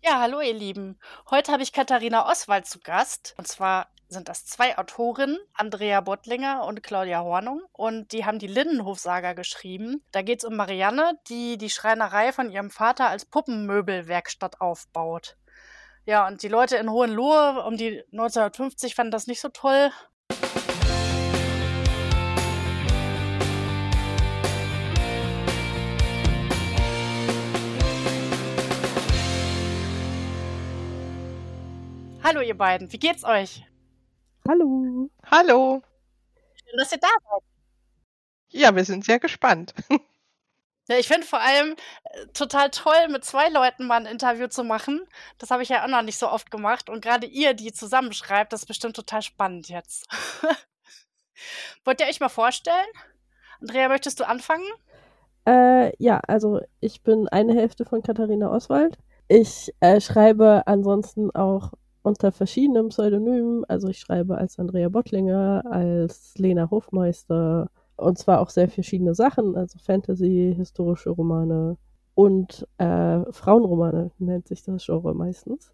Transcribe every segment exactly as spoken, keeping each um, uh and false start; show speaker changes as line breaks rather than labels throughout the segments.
Ja, hallo ihr Lieben. Heute habe ich Katharina Oswald zu Gast. Und zwar sind das zwei Autorinnen, Andrea Bottlinger und Claudia Hornung. Und die haben die Lindenhof-Saga geschrieben. Da geht es um Marianne, die die Schreinerei von ihrem Vater als Puppenmöbelwerkstatt aufbaut. Ja, und die Leute in Hohenlohe um die neunzehnhundertfünfzig fanden das nicht so toll. Hallo ihr beiden, wie geht's euch?
Hallo.
Hallo.
Schön, dass ihr da seid.
Ja, wir sind sehr gespannt.
Ja, ich finde vor allem äh, total toll, mit zwei Leuten mal ein Interview zu machen. Das habe ich ja auch noch nicht so oft gemacht. Und gerade ihr, die zusammenschreibt, das ist bestimmt total spannend jetzt. Wollt ihr euch mal vorstellen? Andrea, möchtest du anfangen?
Äh, ja, also ich bin eine Hälfte von Katharina Oswald. Ich äh, schreibe ansonsten auch unter verschiedenen Pseudonymen. Also ich schreibe als Andrea Bottlinger, als Lena Hofmeister und zwar auch sehr verschiedene Sachen, also Fantasy, historische Romane und äh, Frauenromane nennt sich das Genre meistens.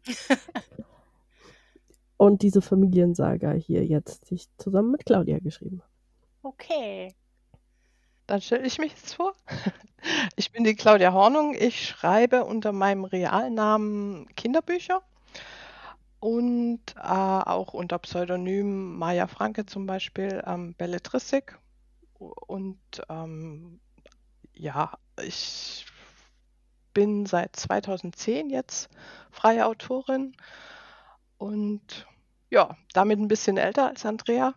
Und diese Familiensaga hier jetzt, die ich zusammen mit Claudia geschrieben habe.
Okay.
Dann stelle ich mich jetzt vor. Ich bin die Claudia Hornung. Ich schreibe unter meinem Realnamen Kinderbücher und äh, auch unter Pseudonym Maja Franke zum Beispiel ähm, Belletristik. Und ähm, ja, ich bin seit zweitausendzehn jetzt freie Autorin und ja, damit ein bisschen älter als Andrea.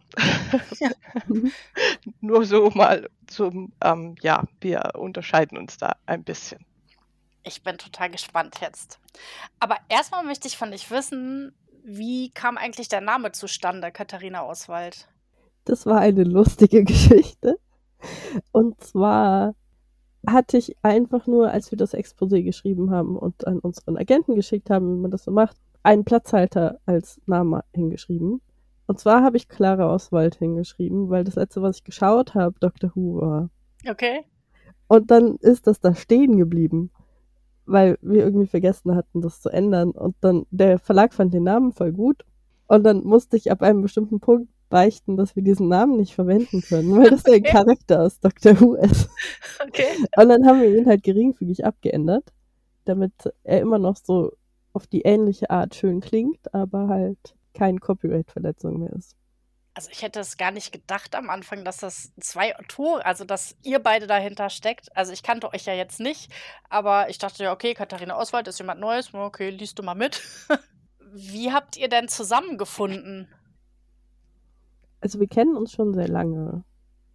Nur so mal zum, ähm, ja, wir unterscheiden uns da ein bisschen.
Ich bin total gespannt jetzt. Aber erstmal möchte ich von dich wissen, wie kam eigentlich der Name zustande, Katharina Oswald?
Das war eine lustige Geschichte. Und zwar hatte ich einfach nur, als wir das Exposé geschrieben haben und an unseren Agenten geschickt haben, wie man das so macht, einen Platzhalter als Name hingeschrieben. Und zwar habe ich Clara Oswald hingeschrieben, weil das letzte, was ich geschaut habe, Doctor Who war.
Okay.
Und dann ist das da stehen geblieben, weil wir irgendwie vergessen hatten, das zu ändern. Und dann, der Verlag fand den Namen voll gut. Und dann musste ich ab einem bestimmten Punkt beichten, dass wir diesen Namen nicht verwenden können, weil das okay. Der Charakter aus Doctor Who ist.
Okay.
Und dann haben wir ihn halt geringfügig abgeändert, damit er immer noch so auf die ähnliche Art schön klingt, aber halt keine Copyright-Verletzung mehr ist.
Also ich hätte es gar nicht gedacht am Anfang, dass das zwei Autoren, also dass ihr beide dahinter steckt. Also ich kannte euch ja jetzt nicht, aber ich dachte ja, okay, Katharina Oswald ist jemand Neues, okay, liest du mal mit. Wie habt ihr denn zusammengefunden?
Also wir kennen uns schon sehr lange.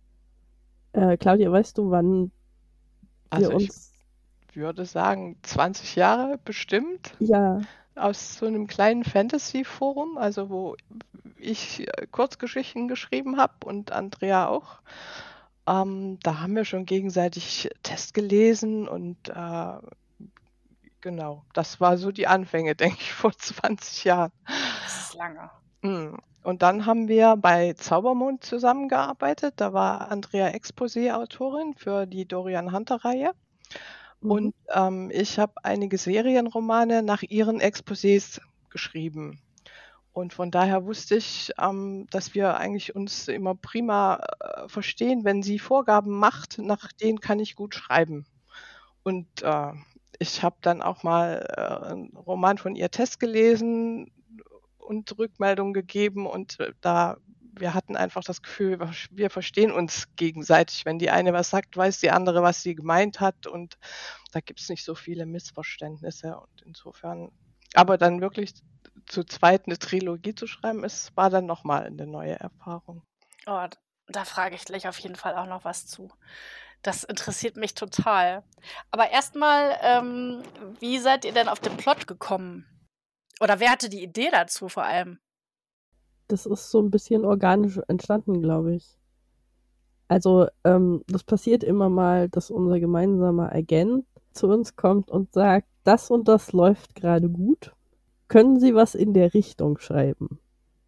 Äh, Claudia, weißt du, wann wir
also
uns...
Ich würde sagen, zwanzig Jahre bestimmt.
Ja.
Aus so einem kleinen Fantasy-Forum, also wo ich Kurzgeschichten geschrieben habe und Andrea auch. Ähm, da haben wir schon gegenseitig Test gelesen und äh, genau, das war so die Anfänge, denke ich, vor zwanzig Jahren.
Das ist lange.
Und dann haben wir bei Zaubermond zusammengearbeitet. Da war Andrea Exposé-Autorin für die Dorian Hunter-Reihe. Mhm. Und ähm, ich habe einige Serienromane nach ihren Exposés geschrieben. Und von daher wusste ich, ähm, dass wir eigentlich uns immer prima äh, verstehen. Wenn sie Vorgaben macht, nach denen kann ich gut schreiben. Und äh, ich habe dann auch mal äh, einen Roman von ihr Test gelesen und Rückmeldung gegeben. Und äh, da wir hatten einfach das Gefühl, wir verstehen uns gegenseitig. Wenn die eine was sagt, weiß die andere, was sie gemeint hat. Und da gibt es nicht so viele Missverständnisse. Und insofern, aber dann wirklich zu zweit eine Trilogie zu schreiben, ist, war dann nochmal eine neue Erfahrung.
Oh, da frage ich gleich auf jeden Fall auch noch was zu. Das interessiert mich total. Aber erstmal, ähm, wie seid ihr denn auf den Plot gekommen? Oder wer hatte die Idee dazu vor allem?
Das ist so ein bisschen organisch entstanden, glaube ich. Also, ähm, das passiert immer mal, dass unser gemeinsamer Agent zu uns kommt und sagt, das und das läuft gerade gut. Können Sie was in der Richtung schreiben?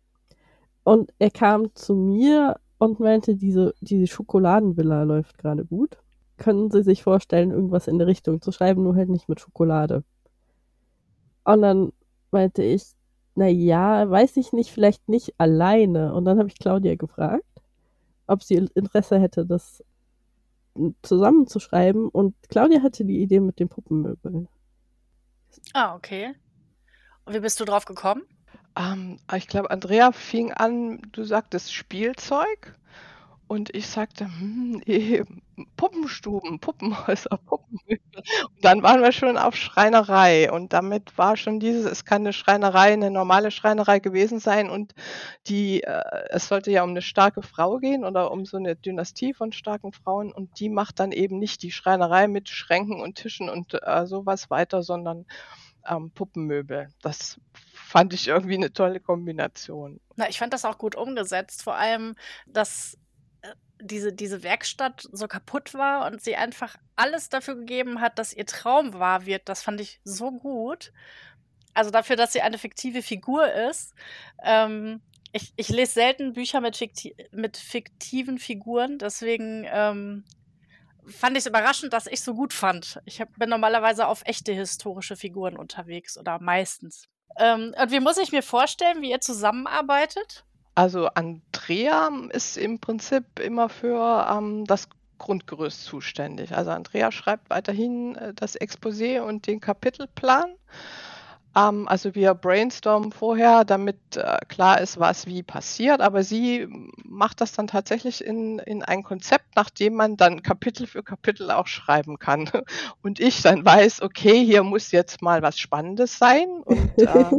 Und er kam zu mir und meinte, diese, diese Schokoladenvilla läuft gerade gut. Können Sie sich vorstellen, irgendwas in der Richtung zu schreiben, nur halt nicht mit Schokolade? Und dann meinte ich, na ja, weiß ich nicht, vielleicht nicht alleine. Und dann habe ich Claudia gefragt, ob sie Interesse hätte, das zusammenzuschreiben. Und Claudia hatte die Idee mit den Puppenmöbeln.
Ah, okay. Und wie bist du drauf gekommen?
Ähm, ich glaube, Andrea fing an, du sagtest Spielzeug. Und ich sagte, hm, nee, Puppenstuben, Puppenhäuser, Puppenmöbel. Und dann waren wir schon auf Schreinerei. Und damit war schon dieses, es kann eine Schreinerei, eine normale Schreinerei gewesen sein. Und die, äh, es sollte ja um eine starke Frau gehen oder um so eine Dynastie von starken Frauen. Und die macht dann eben nicht die Schreinerei mit Schränken und Tischen und äh, sowas weiter, sondern ähm, Puppenmöbel. Das fand ich irgendwie eine tolle Kombination.
Na, ich fand das auch gut umgesetzt. Vor allem, dass äh, diese, diese Werkstatt so kaputt war und sie einfach alles dafür gegeben hat, dass ihr Traum wahr wird. Das fand ich so gut. Also dafür, dass sie eine fiktive Figur ist. Ähm, ich, ich lese selten Bücher mit, fikti mit fiktiven Figuren, deswegen ähm, fand ich es überraschend, dass ich so gut fand. Ich hab, bin normalerweise auf echte historische Figuren unterwegs oder meistens. Ähm, und wie muss ich mir vorstellen, wie ihr zusammenarbeitet?
Also Andrea ist im Prinzip immer für ähm, das Grundgerüst zuständig. Also Andrea schreibt weiterhin äh, das Exposé und den Kapitelplan. Ähm, also wir brainstormen vorher, damit äh, klar ist, was wie passiert, aber sie macht das dann tatsächlich in, in ein Konzept, nachdem man dann Kapitel für Kapitel auch schreiben kann. Und ich dann weiß, okay, hier muss jetzt mal was Spannendes sein und äh,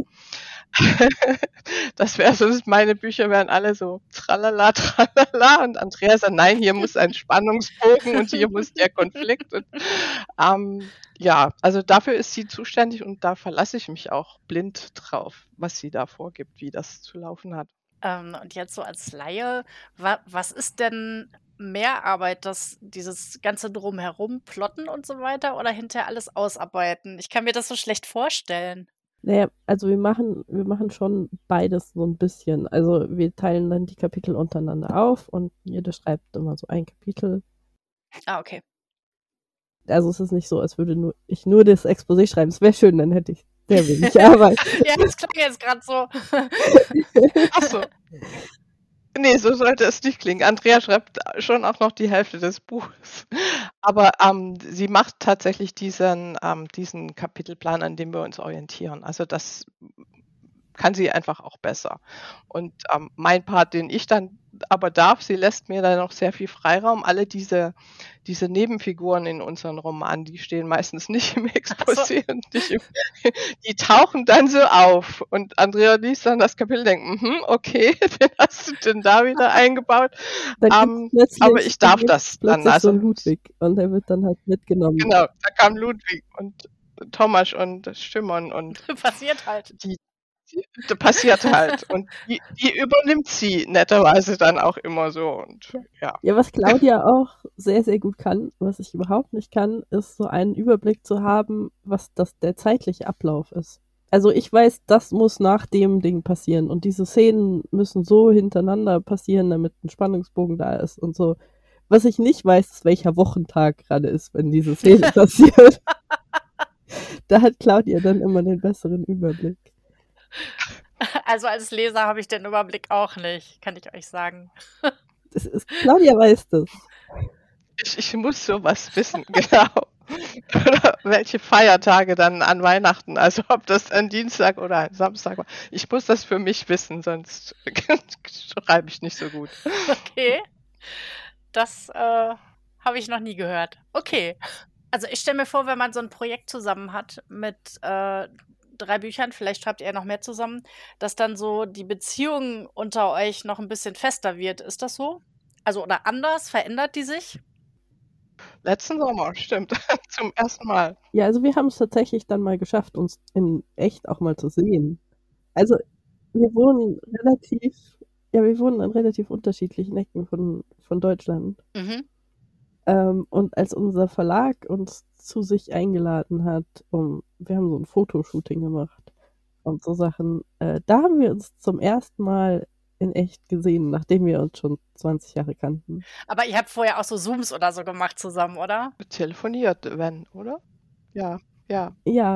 das wäre sonst, meine Bücher wären alle so tralala, tralala und Andrea sagt, nein, hier muss ein Spannungsbogen und hier muss der Konflikt und ähm, ja, also dafür ist sie zuständig und da verlasse ich mich auch blind drauf, was sie da vorgibt, wie das zu laufen hat.
Ähm, und jetzt so als Laie, wa was ist denn mehr Arbeit, das dieses ganze Drumherum, Plotten und so weiter oder hinterher alles ausarbeiten? Ich kann mir das so schlecht vorstellen.
Naja, also wir machen, wir machen schon beides so ein bisschen. Also wir teilen dann die Kapitel untereinander auf und jeder schreibt immer so ein Kapitel.
Ah, okay.
Also es ist nicht so, als würde nur ich nur das Exposé schreiben. Es wäre schön, dann hätte ich sehr wenig Arbeit.
Ja, das klang jetzt gerade so.
Ach so. Nee, so sollte es nicht klingen. Andrea schreibt schon auch noch die Hälfte des Buches. Aber ähm, sie macht tatsächlich diesen, ähm, diesen Kapitelplan, an dem wir uns orientieren. Also das kann sie einfach auch besser. Und ähm, mein Part, den ich dann aber darf, sie lässt mir da noch sehr viel Freiraum. Alle diese, diese Nebenfiguren in unseren Romanen, die stehen meistens nicht im Exposé und nicht im, die tauchen dann so auf. Und Andrea liest dann das Kapitel und denkt, mhm, okay, wen hast du denn da wieder eingebaut?
Dann
Ähm,
gibt's
aber
plötzlich-
ich darf
dann
das
gibt's
dann.
plötzlich so
Also,
ein Ludwig und der wird dann halt mitgenommen.
genau, da kam Ludwig und Thomas und Stimmern und
Passiert halt.
die, die, die passiert halt. Und die, die übernimmt sie netterweise dann auch immer so. Und ja.
Ja, was Claudia auch sehr, sehr gut kann, was ich überhaupt nicht kann, ist so einen Überblick zu haben, was das der zeitliche Ablauf ist. Also ich weiß, das muss nach dem Ding passieren und diese Szenen müssen so hintereinander passieren, damit ein Spannungsbogen da ist und so. Was ich nicht weiß, ist, welcher Wochentag gerade ist, wenn diese Szene passiert. Da hat Claudia dann immer den besseren Überblick.
Also als Leser habe ich den Überblick auch nicht, kann ich euch sagen.
Das ist, Claudia weiß das.
Ich, ich muss sowas wissen, genau. Oder welche Feiertage dann an Weihnachten, also ob das ein Dienstag oder ein Samstag war. Ich muss das für mich wissen, sonst schreibe ich nicht so gut.
Okay. Das äh, habe ich noch nie gehört. Okay. Also ich stelle mir vor, wenn man so ein Projekt zusammen hat mit äh, drei Büchern, vielleicht schreibt ihr noch mehr zusammen, dass dann so die Beziehung unter euch noch ein bisschen fester wird. Ist das so? Also oder anders? Verändert die sich?
Letzten Sommer, stimmt, zum ersten Mal.
Ja, also wir haben es tatsächlich dann mal geschafft, uns in echt auch mal zu sehen. Also wir wohnen relativ, ja, wir wohnen an relativ unterschiedlichen Ecken von, von Deutschland.
Mhm.
Ähm, und als unser Verlag uns zu sich eingeladen hat, um, wir haben so ein Fotoshooting gemacht und so Sachen, äh, da haben wir uns zum ersten Mal in echt gesehen, nachdem wir uns schon zwanzig Jahre kannten.
Aber ihr habt vorher auch so Zooms oder so gemacht zusammen, oder?
Telefoniert, wenn, oder? Ja, ja.
Ja,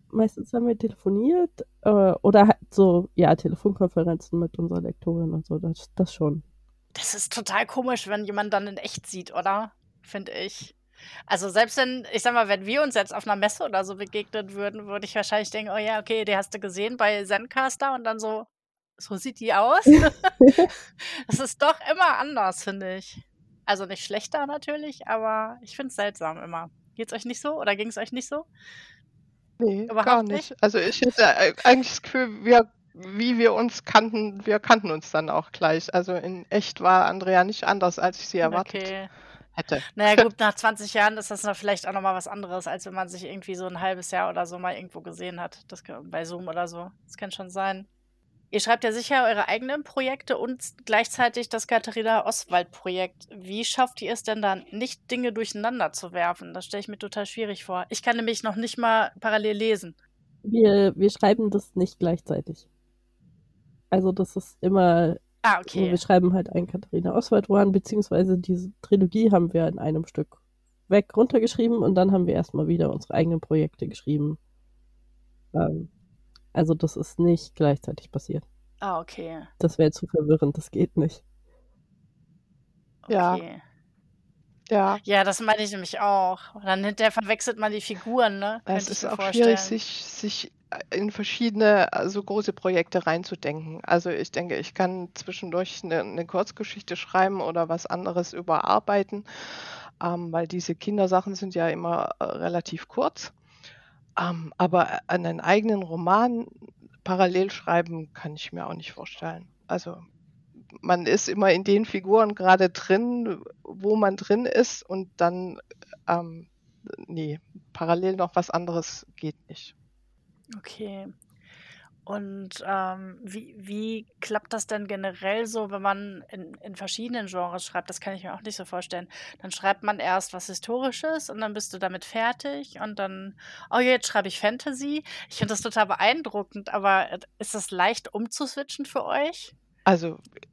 meistens haben wir telefoniert äh, oder halt so, ja, Telefonkonferenzen mit unserer Lektorin und so, das, das schon.
Das ist total komisch, wenn jemand dann in echt sieht, oder? Finde ich. Also selbst wenn, ich sag mal, wenn wir uns jetzt auf einer Messe oder so begegnen würden, würde ich wahrscheinlich denken, oh ja, okay, die hast du gesehen bei Zencaster und dann so, so sieht die aus. Das ist doch immer anders, finde ich. Also nicht schlechter natürlich, aber ich finde es seltsam immer. Geht's euch nicht so oder ging es euch nicht so?
Nee,
Überhaupt
gar
nicht?
nicht. Also ich hätte äh, eigentlich das Gefühl, wir, wie wir uns kannten, wir kannten uns dann auch gleich. Also in echt war Andrea nicht anders, als ich sie erwartet
Okay.
hätte.
Naja gut, nach zwanzig Jahren ist das noch vielleicht auch nochmal was anderes, als wenn man sich irgendwie so ein halbes Jahr oder so mal irgendwo gesehen hat. Das kann, bei Zoom oder so. Das kann schon sein. Ihr schreibt ja sicher eure eigenen Projekte und gleichzeitig das Katharina-Oswald-Projekt. Wie schafft ihr es denn dann, nicht Dinge durcheinander zu werfen? Das stelle ich mir total schwierig vor. Ich kann nämlich noch nicht mal parallel lesen.
Wir, wir schreiben das nicht gleichzeitig. Also das ist immer,
Ah,
so, wir
okay.
schreiben halt einen Katharina-Oswald-Roman, beziehungsweise diese Trilogie haben wir in einem Stück weg runtergeschrieben und dann haben wir erstmal wieder unsere eigenen Projekte geschrieben. Ähm, also das ist nicht gleichzeitig passiert.
Ah, okay.
Das wäre zu verwirrend, das geht nicht.
Ja,
Okay.
ja.
Ja, das meine ich nämlich auch. Und dann hinterher verwechselt man die Figuren, ne?
Es
Könnte ich
ist
mir
auch schwierig,
vorstellen.
sich, sich in verschiedene äh, so große Projekte reinzudenken. Also ich denke, ich kann zwischendurch eine, eine Kurzgeschichte schreiben oder was anderes überarbeiten, ähm, weil diese Kindersachen sind ja immer äh, relativ kurz. Ähm, aber einen eigenen Roman parallel schreiben kann ich mir auch nicht vorstellen. Also man ist immer in den Figuren gerade drin, wo man drin ist und dann, ähm, nee, parallel noch was anderes geht nicht.
Okay. Und ähm, wie, wie klappt das denn generell so, wenn man in, in verschiedenen Genres schreibt? Das kann ich mir auch nicht so vorstellen. Dann schreibt man erst was Historisches und dann bist du damit fertig und dann, oh, jetzt schreibe ich Fantasy. Ich finde das total beeindruckend, aber äh, ist das leicht umzuswitchen für euch?
Also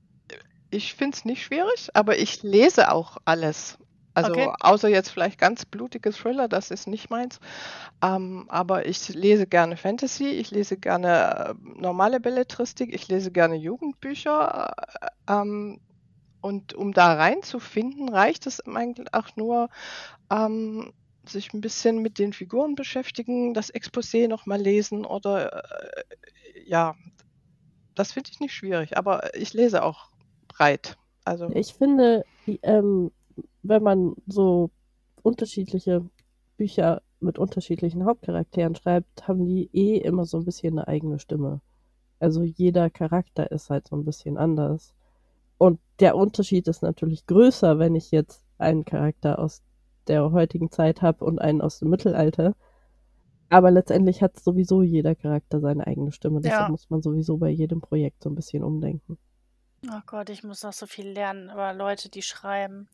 ich finde es nicht schwierig, aber ich lese auch alles. Also
Okay.
außer jetzt vielleicht ganz blutige Thriller, das ist nicht meins. Ähm, aber ich lese gerne Fantasy, ich lese gerne äh, normale Belletristik, ich lese gerne Jugendbücher. Äh, ähm, und um da reinzufinden, reicht es eigentlich auch nur, ähm, sich ein bisschen mit den Figuren beschäftigen, das Exposé noch mal lesen oder, äh, ja, das finde ich nicht schwierig, aber ich lese auch breit. Also
Ich finde, die, ähm, wenn man so unterschiedliche Bücher mit unterschiedlichen Hauptcharakteren schreibt, haben die eh immer so ein bisschen eine eigene Stimme. Also jeder Charakter ist halt so ein bisschen anders. Und der Unterschied ist natürlich größer, wenn ich jetzt einen Charakter aus der heutigen Zeit habe und einen aus dem Mittelalter. Aber letztendlich hat sowieso jeder Charakter seine eigene Stimme. Deshalb
Ja.
muss man sowieso bei jedem Projekt so ein bisschen umdenken.
Oh Gott, ich muss noch so viel lernen über Leute, die schreiben.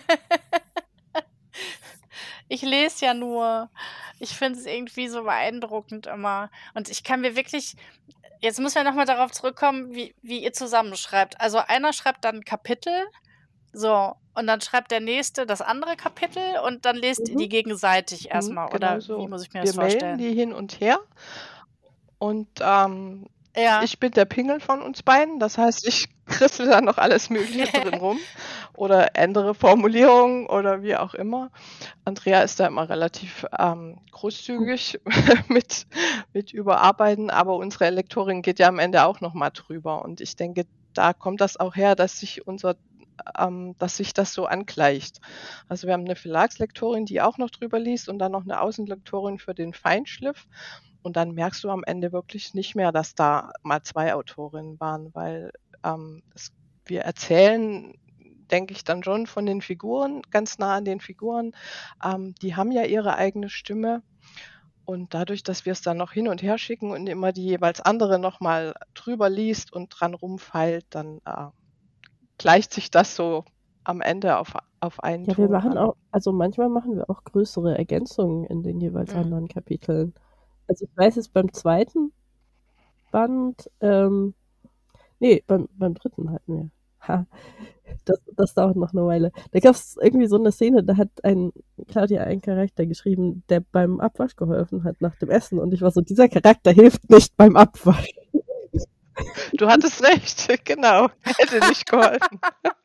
Ich lese ja nur. Ich finde es irgendwie so beeindruckend immer. Und ich kann mir wirklich, jetzt müssen wir nochmal darauf zurückkommen, wie, wie ihr zusammenschreibt. Also einer schreibt dann Kapitel, so, und dann schreibt der nächste das andere Kapitel und dann lest ihr
Mhm.
die gegenseitig
mhm,
erstmal.
genau
Oder wie
so.
muss ich mir
Wir
das
mailen
vorstellen?
die hin und her und, ähm,
Ja.
ich bin der Pingel von uns beiden. Das heißt, ich krissle da noch alles Mögliche drin rum oder ändere Formulierungen oder wie auch immer. Andrea ist da immer relativ, ähm, großzügig mit mit Überarbeiten, aber unsere Lektorin geht ja am Ende auch noch mal drüber und ich denke, da kommt das auch her, dass sich unser ähm, dass sich das so angleicht. Also, wir haben 'ne Verlagslektorin, die auch noch drüber liest und dann noch 'ne Außenlektorin für den Feinschliff und dann merkst du am Ende wirklich nicht mehr, dass da mal zwei Autorinnen waren, weil, ähm, es wir erzählen, denke ich, dann schon von den Figuren, ganz nah an den Figuren. Ähm, die haben ja ihre eigene Stimme und dadurch, dass wir's dann noch hin und her schicken und immer die jeweils andere noch mal drüber liest und dran rumfeilt, dann, äh, gleicht sich das so am Ende auf auf einen
Ja, wir
Ton
machen
an.
auch, also manchmal machen wir auch größere Ergänzungen in den jeweils
Mhm.
anderen Kapiteln. Also ich weiß es beim zweiten Band, ähm, nee, beim, beim dritten hatten wir. Ha. Das, das dauert noch eine Weile. Da gab es irgendwie so eine Szene, da hat ein Claudia einen Charakter geschrieben, der beim Abwasch geholfen hat nach dem Essen. Und ich war so, dieser Charakter hilft nicht beim Abwasch.
Du hattest recht, genau. Hätte nicht geholfen.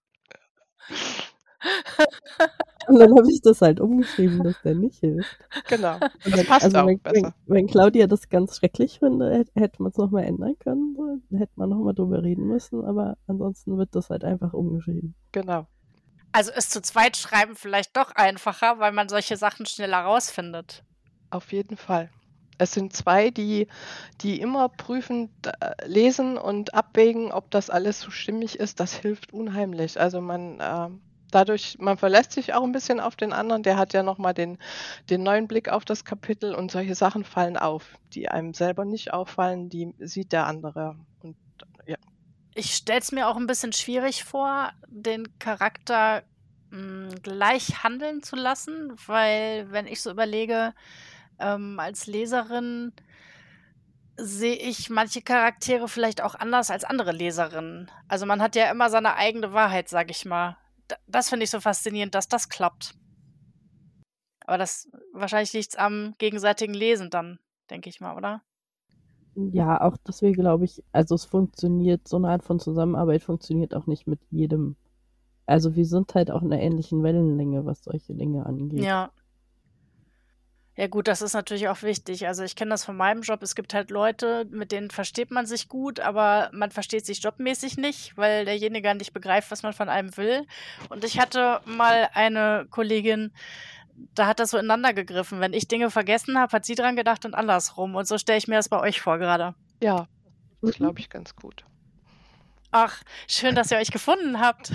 Und dann habe ich das halt umgeschrieben, dass der nicht hilft.
Genau.
Und
Das
dann,
passt
also
auch
wenn,
besser.
wenn, wenn Claudia das ganz schrecklich findet, hätte man es nochmal ändern können. So. Dann hätte man nochmal drüber reden müssen, aber ansonsten wird das halt einfach umgeschrieben.
Genau.
Also ist zu zweit schreiben vielleicht doch einfacher, weil man solche Sachen schneller rausfindet.
Auf jeden Fall. Es sind zwei, die, die immer prüfend äh, lesen und abwägen, ob das alles so stimmig ist. Das hilft unheimlich. Also man äh, dadurch, man verlässt sich auch ein bisschen auf den anderen. Der hat ja nochmal den, den neuen Blick auf das Kapitel und solche Sachen fallen auf, die einem selber nicht auffallen, die sieht der andere. Und ja.
Ich stelle es mir auch ein bisschen schwierig vor, den Charakter mh, gleich handeln zu lassen, weil wenn ich so überlege, ähm, als Leserin sehe ich manche Charaktere vielleicht auch anders als andere Leserinnen. Also man hat ja immer seine eigene Wahrheit, sag ich mal. D- Das finde ich so faszinierend, dass das klappt. Aber das wahrscheinlich liegt es am gegenseitigen Lesen dann, denke ich mal, oder?
Ja, auch deswegen glaube ich, also es funktioniert, so eine Art von Zusammenarbeit funktioniert auch nicht mit jedem. Also wir sind halt auch in einer ähnlichen Wellenlänge, was solche Dinge angeht.
Ja. Ja gut, das ist natürlich auch wichtig. Also ich kenne das von meinem Job. Es gibt halt Leute, mit denen versteht man sich gut, aber man versteht sich jobmäßig nicht, weil derjenige nicht begreift, was man von einem will. Und ich hatte mal eine Kollegin, da hat das so ineinander gegriffen. Wenn ich Dinge vergessen habe, hat sie dran gedacht und andersrum. Und so stelle ich mir das bei euch vor gerade.
Ja, das
Mhm.
glaube ich ganz gut.
Ach, schön, dass ihr euch gefunden habt.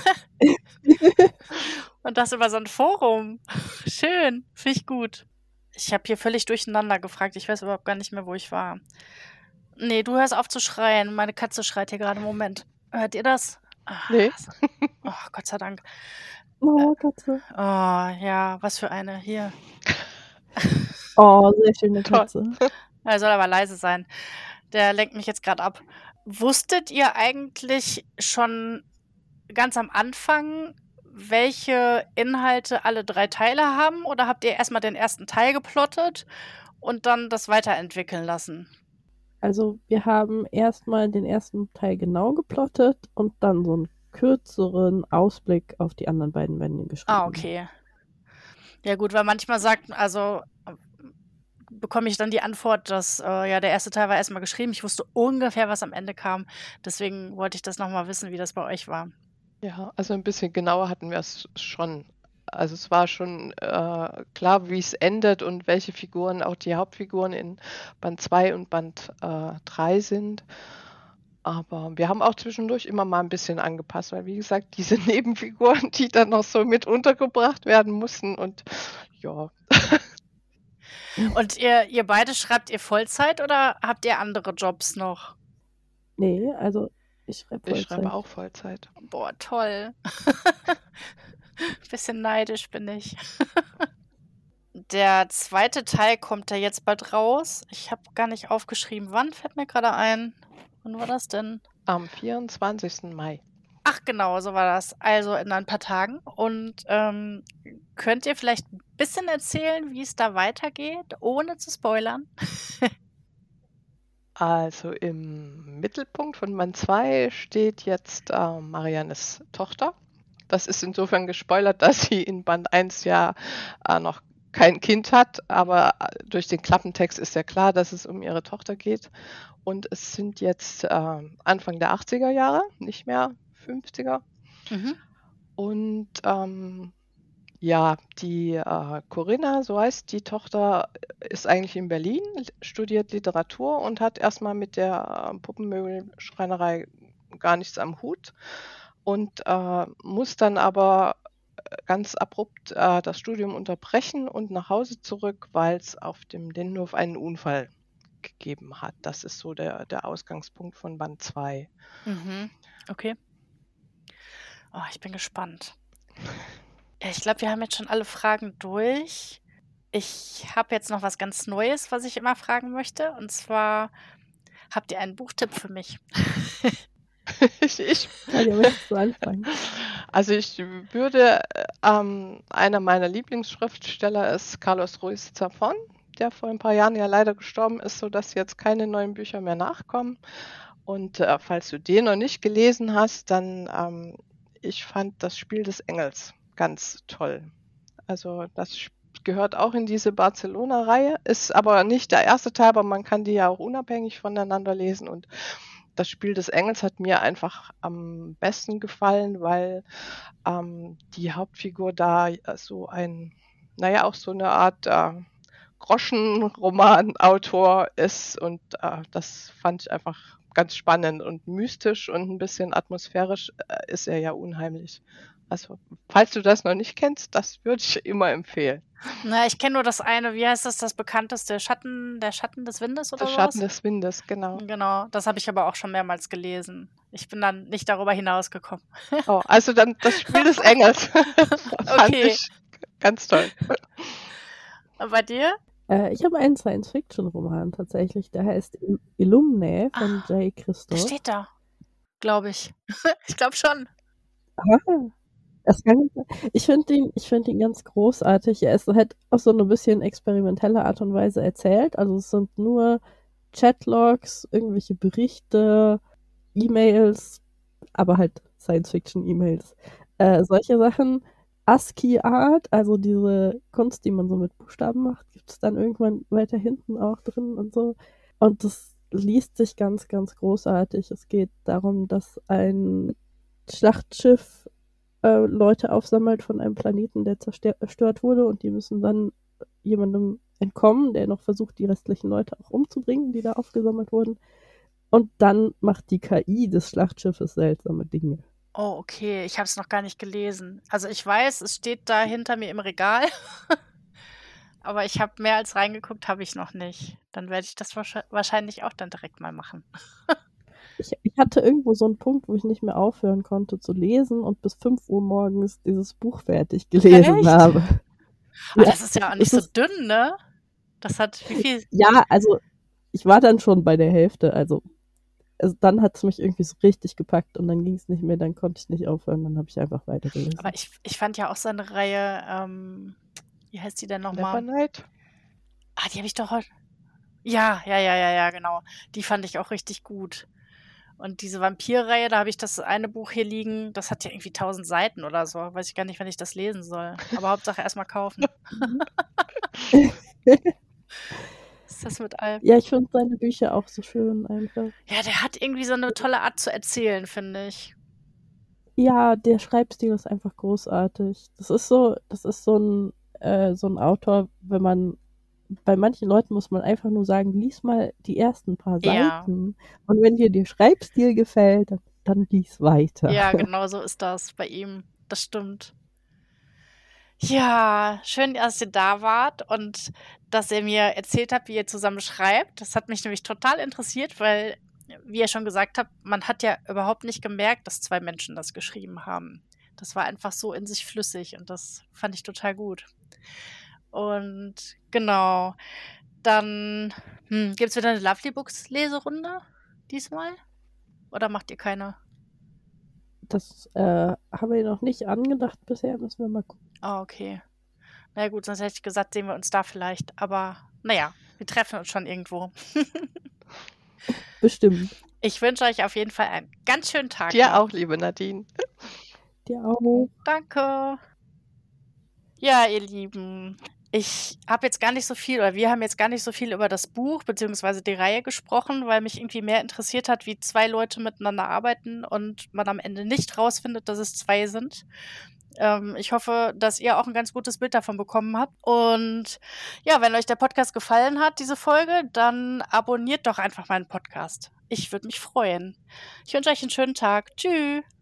Und das über so ein Forum. Schön, finde ich gut. Ich habe hier völlig durcheinander gefragt. Ich weiß überhaupt gar nicht mehr, wo ich war. Nee, du hörst auf zu schreien. Meine Katze schreit hier gerade. Moment. Hört ihr das? Ah,
Nee.
Oh, Gott sei Dank.
Oh, Katze.
Oh, ja, was für eine. Hier.
Oh, sehr schöne
Toll.
Katze.
Er soll aber leise sein. Der lenkt mich jetzt gerade ab. Wusstet ihr eigentlich schon ganz am Anfang, welche Inhalte alle drei Teile haben? Oder habt ihr erstmal den ersten Teil geplottet und dann das weiterentwickeln lassen?
Also wir haben erstmal den ersten Teil genau geplottet und dann so einen kürzeren Ausblick auf die anderen beiden Bände geschrieben.
Ah, okay. Ja gut, weil manchmal sagt, also äh, bekomme ich dann die Antwort, dass äh, ja der erste Teil war erstmal geschrieben. Ich wusste ungefähr, was am Ende kam. Deswegen wollte ich das nochmal wissen, wie das bei euch war.
Ja, also ein bisschen genauer hatten wir es schon. Also es war schon äh, klar, wie es endet und welche Figuren auch die Hauptfiguren in Band zwei und Band äh, drei sind. Aber wir haben auch zwischendurch immer mal ein bisschen angepasst, weil wie gesagt, diese Nebenfiguren, die dann noch so mit untergebracht werden mussten und ja.
Und ihr, ihr beide schreibt ihr Vollzeit oder habt ihr andere Jobs noch?
Nee, also ich schreibe
Ich
Vollzeit.
schreibe auch Vollzeit.
Boah, toll. Bisschen neidisch bin ich. Der zweite Teil kommt ja jetzt bald raus. Ich habe gar nicht aufgeschrieben, wann, fällt mir gerade ein. Wann war das denn?
Am vierundzwanzigsten Mai.
Ach genau, so war das. Also in ein paar Tagen. Und ähm, könnt ihr vielleicht ein bisschen erzählen, wie es da weitergeht, ohne zu spoilern?
Also im Mittelpunkt von Band zwei steht jetzt äh, Mariannes Tochter. Das ist insofern gespoilert, dass sie in Band eins ja äh, noch kein Kind hat, aber äh, durch den Klappentext ist ja klar, dass es um ihre Tochter geht. Und es sind jetzt äh, Anfang der achtziger Jahre, nicht mehr fünfziger.
Mhm.
Und ähm, ja, die äh, Corinna, so heißt die Tochter, ist eigentlich in Berlin, studiert Literatur und hat erstmal mit der äh, Puppenmöbelschreinerei gar nichts am Hut und äh, muss dann aber ganz abrupt äh, das Studium unterbrechen und nach Hause zurück, weil es auf dem Lindenhof einen Unfall gegeben hat. Das ist so der, der Ausgangspunkt von Band zwei.
Mhm. Okay. Oh, ich bin gespannt. Ja, ich glaube, wir haben jetzt schon alle Fragen durch. Ich habe jetzt noch was ganz Neues, was ich immer fragen möchte. Und zwar, habt ihr einen Buchtipp für mich?
ich, ich,
Claudia, möchtest du anfangen?
also ich würde, ähm, einer meiner Lieblingsschriftsteller ist Carlos Ruiz Zafón, der vor ein paar Jahren ja leider gestorben ist, sodass jetzt keine neuen Bücher mehr nachkommen. Und äh, falls du den noch nicht gelesen hast, dann ähm, ich fand das Spiel des Engels ganz toll. Also das Sp- gehört auch in diese Barcelona-Reihe, ist aber nicht der erste Teil, aber man kann die ja auch unabhängig voneinander lesen. Und das Spiel des Engels hat mir einfach am besten gefallen, weil ähm, die Hauptfigur da äh, so ein, naja, auch so eine Art äh, Groschenroman-Autor ist und äh, das fand ich einfach ganz spannend und mystisch und ein bisschen atmosphärisch äh, ist er ja unheimlich. Also, falls du das noch nicht kennst, das würde ich immer empfehlen.
Na, ich kenne nur das eine, wie heißt das, das bekannteste Schatten, der Schatten des Windes oder
Der
sowas?
Schatten des Windes, genau.
Genau, das habe ich aber auch schon mehrmals gelesen. Ich bin dann nicht darüber hinausgekommen.
Oh, also dann das Spiel des Engels. Fand
Okay.
ich ganz toll.
Und bei dir?
Äh, ich habe einen Science-Fiction-Roman tatsächlich, der heißt Il- Illuminae von
Ah,
Jay
Der
Christoph.
steht da, glaube ich. Ich glaube schon.
Aha. Das kann gut sein. Ich finde ihn, ich finde ihn ganz großartig. Er ist halt auf so eine bisschen experimentelle Art und Weise erzählt. Also es sind nur Chatlogs, irgendwelche Berichte, E-Mails, aber halt Science-Fiction-E-Mails. Äh, solche Sachen. ASCII-Art, also diese Kunst, die man so mit Buchstaben macht, gibt es dann irgendwann weiter hinten auch drin und so. Und das liest sich ganz, ganz großartig. Es geht darum, dass ein Schlachtschiff äh, Leute aufsammelt von einem Planeten, der zerstört wurde, und die müssen dann jemandem entkommen, der noch versucht, die restlichen Leute auch umzubringen, die da aufgesammelt wurden. Und dann macht die K I des Schlachtschiffes seltsame Dinge.
Oh, okay. Ich habe es noch gar nicht gelesen. Also ich weiß, es steht da hinter mir im Regal. Aber ich habe mehr als reingeguckt, habe ich noch nicht. Dann werde ich das wahrscheinlich- wahrscheinlich auch dann direkt mal machen.
Ich, ich hatte irgendwo so einen Punkt, wo ich nicht mehr aufhören konnte zu lesen und bis fünf Uhr morgens dieses Buch fertig gelesen
Echt?
habe.
Aber
Ja,
das ist ja auch nicht
es
so
ist,
dünn, ne? Das hat wie viel?
ja, also ich war dann schon bei der Hälfte, also, also dann hat es mich irgendwie so richtig gepackt und dann ging es nicht mehr, dann konnte ich nicht aufhören, dann habe ich einfach weitergelesen.
Aber ich, ich fand ja auch so eine Reihe, ähm, wie heißt die denn nochmal?
Nevernight?
Ah, die habe ich doch heute. Ja, ja, ja, ja, ja, genau. Die fand ich auch richtig gut. Und diese Vampirreihe, da habe ich das eine Buch hier liegen, das hat ja irgendwie tausend Seiten oder so. Weiß ich gar nicht, wenn ich das lesen soll. Aber Hauptsache erstmal kaufen. Ist das mit allem?
Ja, ich finde seine Bücher auch so schön einfach.
Ja, der hat irgendwie so eine tolle Art zu erzählen, finde ich.
Ja, der Schreibstil ist einfach großartig. Das ist so, das ist so ein, äh, so ein Autor, wenn man, bei manchen Leuten muss man einfach nur sagen, lies mal die ersten paar
Ja.
Seiten. Und wenn dir der Schreibstil gefällt, dann, dann lies weiter.
Ja, genau so ist das bei ihm. Das stimmt. Ja, schön, dass ihr da wart und dass ihr mir erzählt habt, wie ihr zusammen schreibt. Das hat mich nämlich total interessiert, weil, wie ihr schon gesagt habt, man hat ja überhaupt nicht gemerkt, dass zwei Menschen das geschrieben haben. Das war einfach so in sich flüssig und das fand ich total gut. Und genau, dann hm, gibt es wieder eine Lovely Books Leserunde diesmal? Oder macht ihr keine?
Das äh, haben wir noch nicht angedacht bisher, müssen wir mal gucken.
Ah, okay. Na ja, gut, sonst hätte ich gesagt, sehen wir uns da vielleicht. Aber naja, wir treffen uns schon irgendwo.
Bestimmt.
Ich wünsche euch auf jeden Fall einen ganz schönen Tag.
Dir
noch.
auch, liebe Nadine.
Dir auch.
Danke. Ja, ihr Lieben, ich habe jetzt gar nicht so viel, oder wir haben jetzt gar nicht so viel über das Buch bzw. die Reihe gesprochen, weil mich irgendwie mehr interessiert hat, wie zwei Leute miteinander arbeiten und man am Ende nicht rausfindet, dass es zwei sind. Ähm, ich hoffe, dass ihr auch ein ganz gutes Bild davon bekommen habt. Und ja, wenn euch der Podcast gefallen hat, diese Folge, dann abonniert doch einfach meinen Podcast. Ich würde mich freuen. Ich wünsche euch einen schönen Tag. Tschüss.